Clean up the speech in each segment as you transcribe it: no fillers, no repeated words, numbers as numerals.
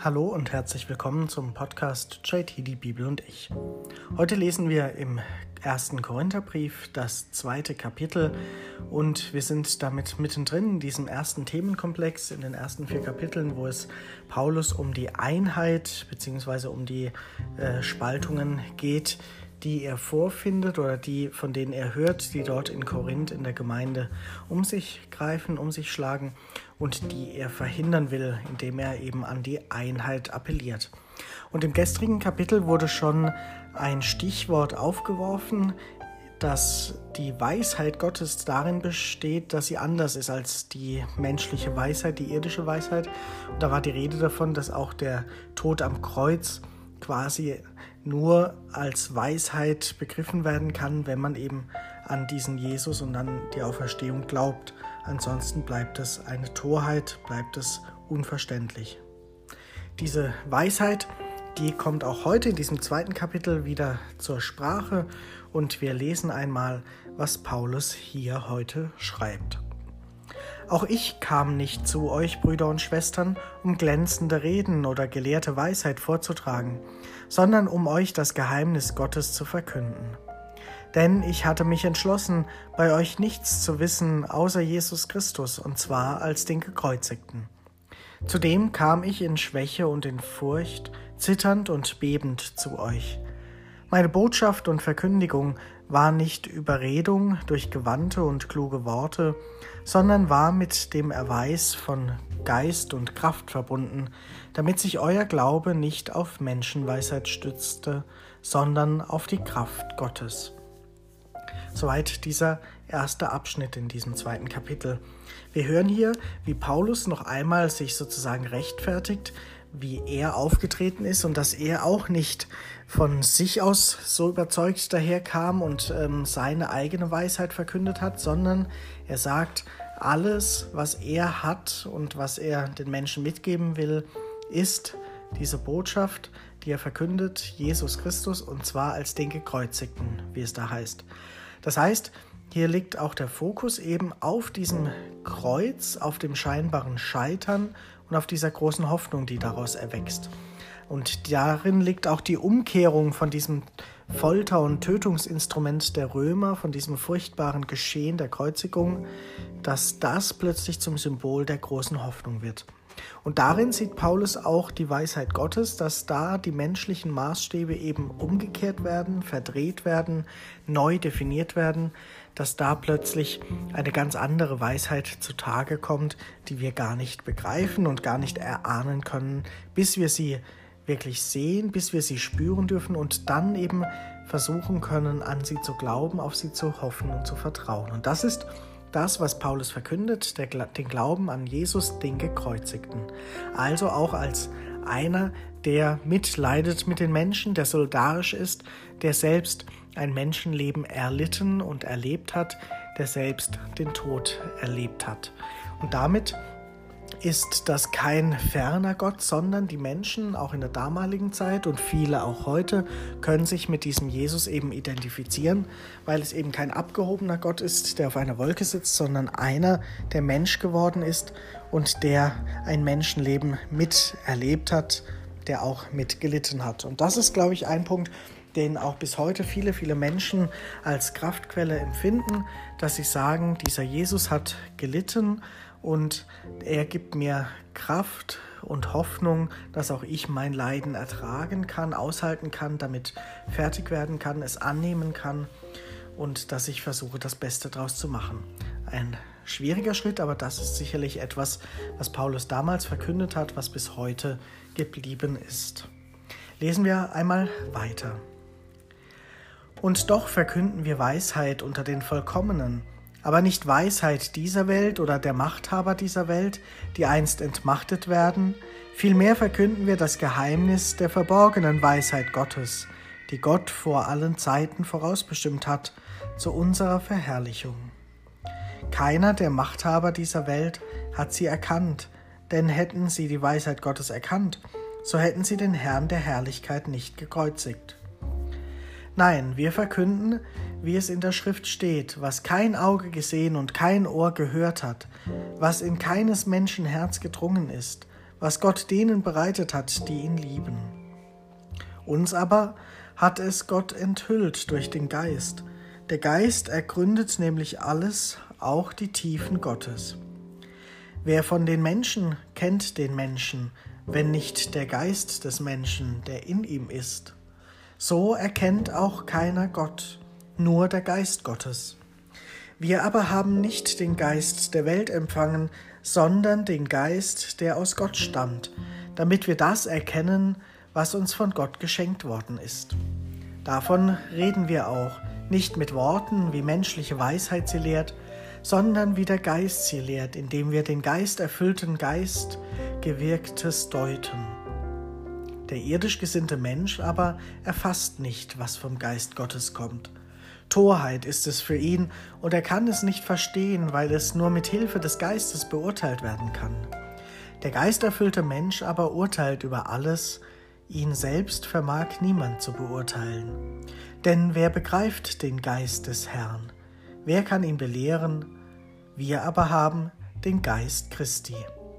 Hallo und herzlich willkommen zum Podcast JT, die Bibel und ich. Heute lesen wir im 1. Korintherbrief das 2. Kapitel und wir sind damit mittendrin in diesem ersten Themenkomplex, in den ersten 4 Kapiteln, wo es Paulus um die Einheit bzw. um die Spaltungen geht, die er vorfindet oder von denen er hört, die dort in Korinth in der Gemeinde um sich greifen, um sich schlagen und die er verhindern will, indem er eben an die Einheit appelliert. Und im gestrigen Kapitel wurde schon ein Stichwort aufgeworfen, dass die Weisheit Gottes darin besteht, dass sie anders ist als die menschliche Weisheit, die irdische Weisheit. Und da war die Rede davon, dass auch der Tod am Kreuz quasi nur als Weisheit begriffen werden kann, wenn man eben an diesen Jesus und an die Auferstehung glaubt. Ansonsten bleibt es eine Torheit, bleibt es unverständlich. Diese Weisheit, die kommt auch heute in diesem 2. Kapitel wieder zur Sprache und wir lesen einmal, was Paulus hier heute schreibt. Auch ich kam nicht zu euch, Brüder und Schwestern, um glänzende Reden oder gelehrte Weisheit vorzutragen, sondern um euch das Geheimnis Gottes zu verkünden. Denn ich hatte mich entschlossen, bei euch nichts zu wissen außer Jesus Christus, und zwar als den Gekreuzigten. Zudem kam ich in Schwäche und in Furcht, zitternd und bebend zu euch. Meine Botschaft und Verkündigung war nicht Überredung durch gewandte und kluge Worte, sondern war mit dem Erweis von Geist und Kraft verbunden, damit sich euer Glaube nicht auf Menschenweisheit stützte, sondern auf die Kraft Gottes. Soweit dieser erste Abschnitt in diesem 2. Kapitel. Wir hören hier, wie Paulus noch einmal sich sozusagen rechtfertigt, wie er aufgetreten ist und dass er auch nicht von sich aus so überzeugt daherkam und seine eigene Weisheit verkündet hat, sondern er sagt, alles, was er hat und was er den Menschen mitgeben will, ist diese Botschaft, die er verkündet, Jesus Christus, und zwar als den Gekreuzigten, wie es da heißt. Das heißt, hier liegt auch der Fokus eben auf diesem Kreuz, auf dem scheinbaren Scheitern und auf dieser großen Hoffnung, die daraus erwächst. Und darin liegt auch die Umkehrung von diesem Folter- und Tötungsinstrument der Römer, von diesem furchtbaren Geschehen der Kreuzigung, dass das plötzlich zum Symbol der großen Hoffnung wird. Und darin sieht Paulus auch die Weisheit Gottes, dass da die menschlichen Maßstäbe eben umgekehrt werden, verdreht werden, neu definiert werden, dass da plötzlich eine ganz andere Weisheit zutage kommt, die wir gar nicht begreifen und gar nicht erahnen können, bis wir sie wirklich sehen, bis wir sie spüren dürfen und dann eben versuchen können, an sie zu glauben, auf sie zu hoffen und zu vertrauen. Und das ist das, was Paulus verkündet, den Glauben an Jesus, den Gekreuzigten. Also auch als einer, der mitleidet mit den Menschen, der solidarisch ist, der selbst ein Menschenleben erlitten und erlebt hat, der selbst den Tod erlebt hat. Und damit ist das kein ferner Gott, sondern die Menschen, auch in der damaligen Zeit und viele auch heute, können sich mit diesem Jesus eben identifizieren, weil es eben kein abgehobener Gott ist, der auf einer Wolke sitzt, sondern einer, der Mensch geworden ist und der ein Menschenleben miterlebt hat, der auch mitgelitten hat. Und das ist, glaube ich, ein Punkt, den auch bis heute viele, viele Menschen als Kraftquelle empfinden, dass sie sagen, dieser Jesus hat gelitten und er gibt mir Kraft und Hoffnung, dass auch ich mein Leiden ertragen kann, aushalten kann, damit fertig werden kann, es annehmen kann und dass ich versuche, das Beste daraus zu machen. Ein schwieriger Schritt, aber das ist sicherlich etwas, was Paulus damals verkündet hat, was bis heute geblieben ist. Lesen wir einmal weiter. Und doch verkünden wir Weisheit unter den Vollkommenen, aber nicht Weisheit dieser Welt oder der Machthaber dieser Welt, die einst entmachtet werden. Vielmehr verkünden wir das Geheimnis der verborgenen Weisheit Gottes, die Gott vor allen Zeiten vorausbestimmt hat, zu unserer Verherrlichung. Keiner der Machthaber dieser Welt hat sie erkannt, denn hätten sie die Weisheit Gottes erkannt, so hätten sie den Herrn der Herrlichkeit nicht gekreuzigt. Nein, wir verkünden, wie es in der Schrift steht, was kein Auge gesehen und kein Ohr gehört hat, was in keines Menschen Herz gedrungen ist, was Gott denen bereitet hat, die ihn lieben. Uns aber hat es Gott enthüllt durch den Geist. Der Geist ergründet nämlich alles, auch die Tiefen Gottes. Wer von den Menschen kennt den Menschen, wenn nicht der Geist des Menschen, der in ihm ist? So erkennt auch keiner Gott, nur der Geist Gottes. Wir aber haben nicht den Geist der Welt empfangen, sondern den Geist, der aus Gott stammt, damit wir das erkennen, was uns von Gott geschenkt worden ist. Davon reden wir auch, nicht mit Worten, wie menschliche Weisheit sie lehrt, sondern wie der Geist sie lehrt, indem wir den geisterfüllten Geist Gewirktes deuten. Der irdisch gesinnte Mensch aber erfasst nicht, was vom Geist Gottes kommt. Torheit ist es für ihn, und er kann es nicht verstehen, weil es nur mit Hilfe des Geistes beurteilt werden kann. Der geisterfüllte Mensch aber urteilt über alles, ihn selbst vermag niemand zu beurteilen. Denn wer begreift den Geist des Herrn? Wer kann ihn belehren? Wir aber haben den Geist Christi.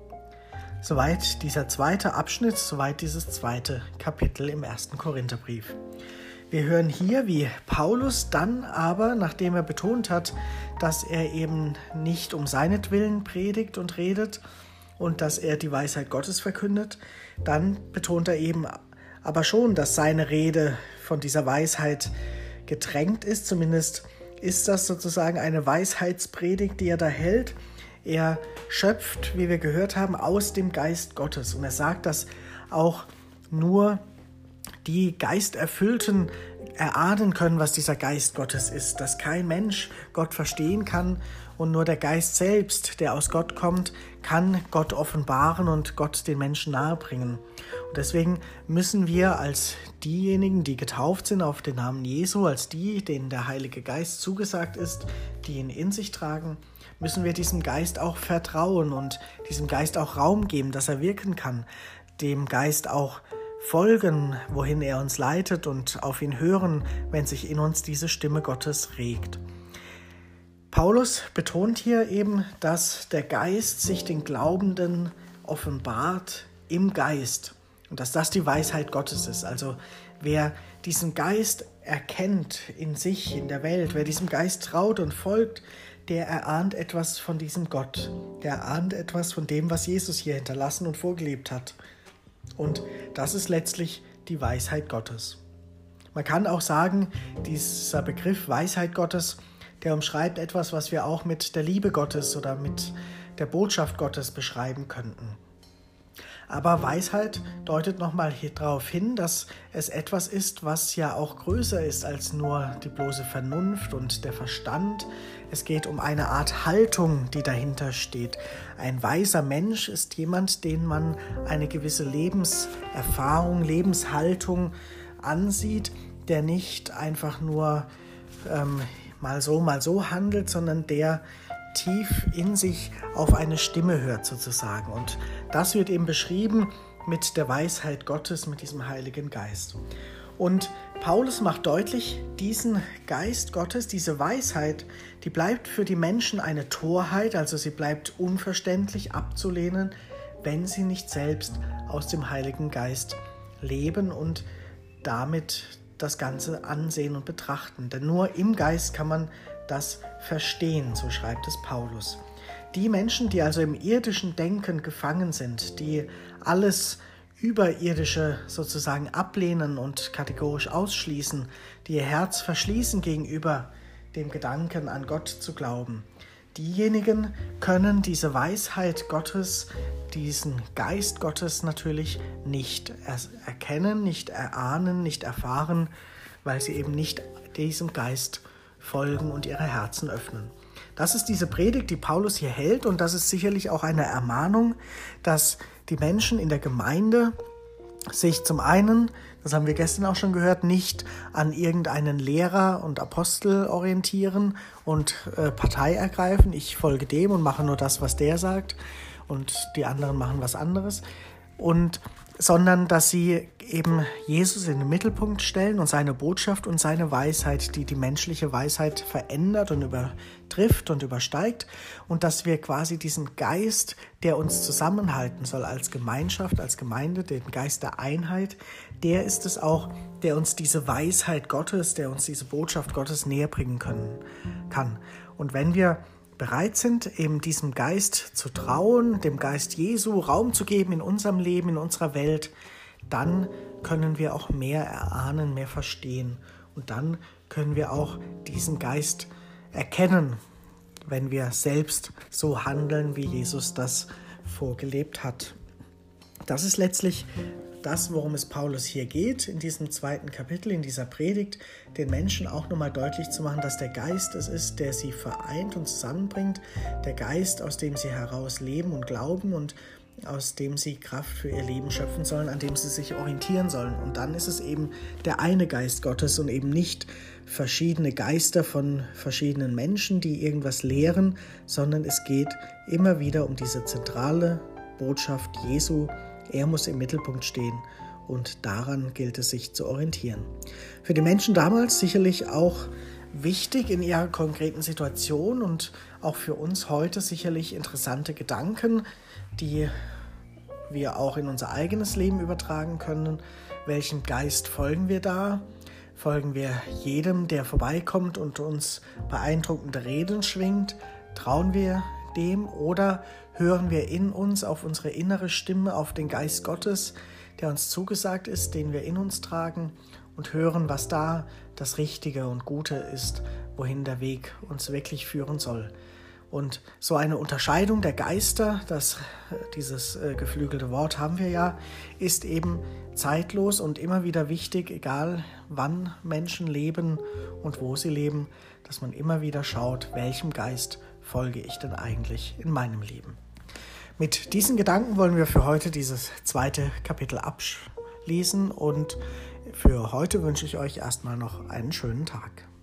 Soweit dieser zweite Abschnitt, soweit dieses zweite Kapitel im 1. Korintherbrief. Wir hören hier, wie Paulus dann aber, nachdem er betont hat, dass er eben nicht um seinetwillen predigt und redet und dass er die Weisheit Gottes verkündet, dann betont er eben aber schon, dass seine Rede von dieser Weisheit getränkt ist. Zumindest ist das sozusagen eine Weisheitspredigt, die er da hält. Er schöpft, wie wir gehört haben, aus dem Geist Gottes. Und er sagt, dass auch nur die Geisterfüllten erahnen können, was dieser Geist Gottes ist, dass kein Mensch Gott verstehen kann und nur der Geist selbst, der aus Gott kommt, kann Gott offenbaren und Gott den Menschen nahebringen. Und deswegen müssen wir als diejenigen, die getauft sind auf den Namen Jesu, als die, denen der Heilige Geist zugesagt ist, die ihn in sich tragen, müssen wir diesem Geist auch vertrauen und diesem Geist auch Raum geben, dass er wirken kann, dem Geist auch folgen, wohin er uns leitet und auf ihn hören, wenn sich in uns diese Stimme Gottes regt. Paulus betont hier eben, dass der Geist sich den Glaubenden offenbart im Geist und dass das die Weisheit Gottes ist. Also wer diesen Geist erkennt in sich, in der Welt, wer diesem Geist traut und folgt, der erahnt etwas von diesem Gott. Der erahnt etwas von dem, was Jesus hier hinterlassen und vorgelebt hat. Und das ist letztlich die Weisheit Gottes. Man kann auch sagen, dieser Begriff Weisheit Gottes, der umschreibt etwas, was wir auch mit der Liebe Gottes oder mit der Botschaft Gottes beschreiben könnten. Aber Weisheit deutet nochmal darauf hin, dass es etwas ist, was ja auch größer ist als nur die bloße Vernunft und der Verstand. Es geht um eine Art Haltung, die dahinter steht. Ein weiser Mensch ist jemand, den man eine gewisse Lebenserfahrung, Lebenshaltung ansieht, der nicht einfach nur mal so handelt, sondern der tief in sich auf eine Stimme hört sozusagen. Und das wird eben beschrieben mit der Weisheit Gottes, mit diesem Heiligen Geist. Und Paulus macht deutlich, diesen Geist Gottes, diese Weisheit, die bleibt für die Menschen eine Torheit, also sie bleibt unverständlich abzulehnen, wenn sie nicht selbst aus dem Heiligen Geist leben und damit das Ganze ansehen und betrachten. Denn nur im Geist kann man das verstehen, so schreibt es Paulus. Die Menschen, die also im irdischen Denken gefangen sind, die alles Überirdische sozusagen ablehnen und kategorisch ausschließen, die ihr Herz verschließen gegenüber dem Gedanken, an Gott zu glauben, diejenigen können diese Weisheit Gottes, diesen Geist Gottes natürlich nicht erkennen, nicht erahnen, nicht erfahren, weil sie eben nicht diesem Geist folgen und ihre Herzen öffnen. Das ist diese Predigt, die Paulus hier hält, und das ist sicherlich auch eine Ermahnung, dass die Menschen in der Gemeinde sich zum einen, das haben wir gestern auch schon gehört, nicht an irgendeinen Lehrer und Apostel orientieren und Partei ergreifen. Ich folge dem und mache nur das, was der sagt, und die anderen machen was anderes. Und sondern dass sie eben Jesus in den Mittelpunkt stellen und seine Botschaft und seine Weisheit, die die menschliche Weisheit verändert und übertrifft und übersteigt, und dass wir quasi diesen Geist, der uns zusammenhalten soll als Gemeinschaft, als Gemeinde, den Geist der Einheit, der ist es auch, der uns diese Weisheit Gottes, der uns diese Botschaft Gottes näher bringen kann. Und wenn wir bereit sind, eben diesem Geist zu trauen, dem Geist Jesu Raum zu geben in unserem Leben, in unserer Welt, dann können wir auch mehr erahnen, mehr verstehen. Und dann können wir auch diesen Geist erkennen, wenn wir selbst so handeln, wie Jesus das vorgelebt hat. Das ist letztlich das, worum es Paulus hier geht, in diesem 2. Kapitel, in dieser Predigt, den Menschen auch nochmal deutlich zu machen, dass der Geist es ist, der sie vereint und zusammenbringt, der Geist, aus dem sie heraus leben und glauben und aus dem sie Kraft für ihr Leben schöpfen sollen, an dem sie sich orientieren sollen. Und dann ist es eben der eine Geist Gottes und eben nicht verschiedene Geister von verschiedenen Menschen, die irgendwas lehren, sondern es geht immer wieder um diese zentrale Botschaft Jesu. Er muss im Mittelpunkt stehen und daran gilt es, sich zu orientieren. Für die Menschen damals sicherlich auch wichtig in ihrer konkreten Situation und auch für uns heute sicherlich interessante Gedanken, die wir auch in unser eigenes Leben übertragen können. Welchem Geist folgen wir da? Folgen wir jedem, der vorbeikommt und uns beeindruckende Reden schwingt? Trauen wir dem oder hören wir in uns auf unsere innere Stimme, auf den Geist Gottes, der uns zugesagt ist, den wir in uns tragen und hören, was da das Richtige und Gute ist, wohin der Weg uns wirklich führen soll. Und so eine Unterscheidung der Geister, dieses geflügelte Wort haben wir ja, ist eben zeitlos und immer wieder wichtig, egal wann Menschen leben und wo sie leben, dass man immer wieder schaut, welchem Geist folge ich denn eigentlich in meinem Leben. Mit diesen Gedanken wollen wir für heute dieses 2. Kapitel abschließen und für heute wünsche ich euch erstmal noch einen schönen Tag.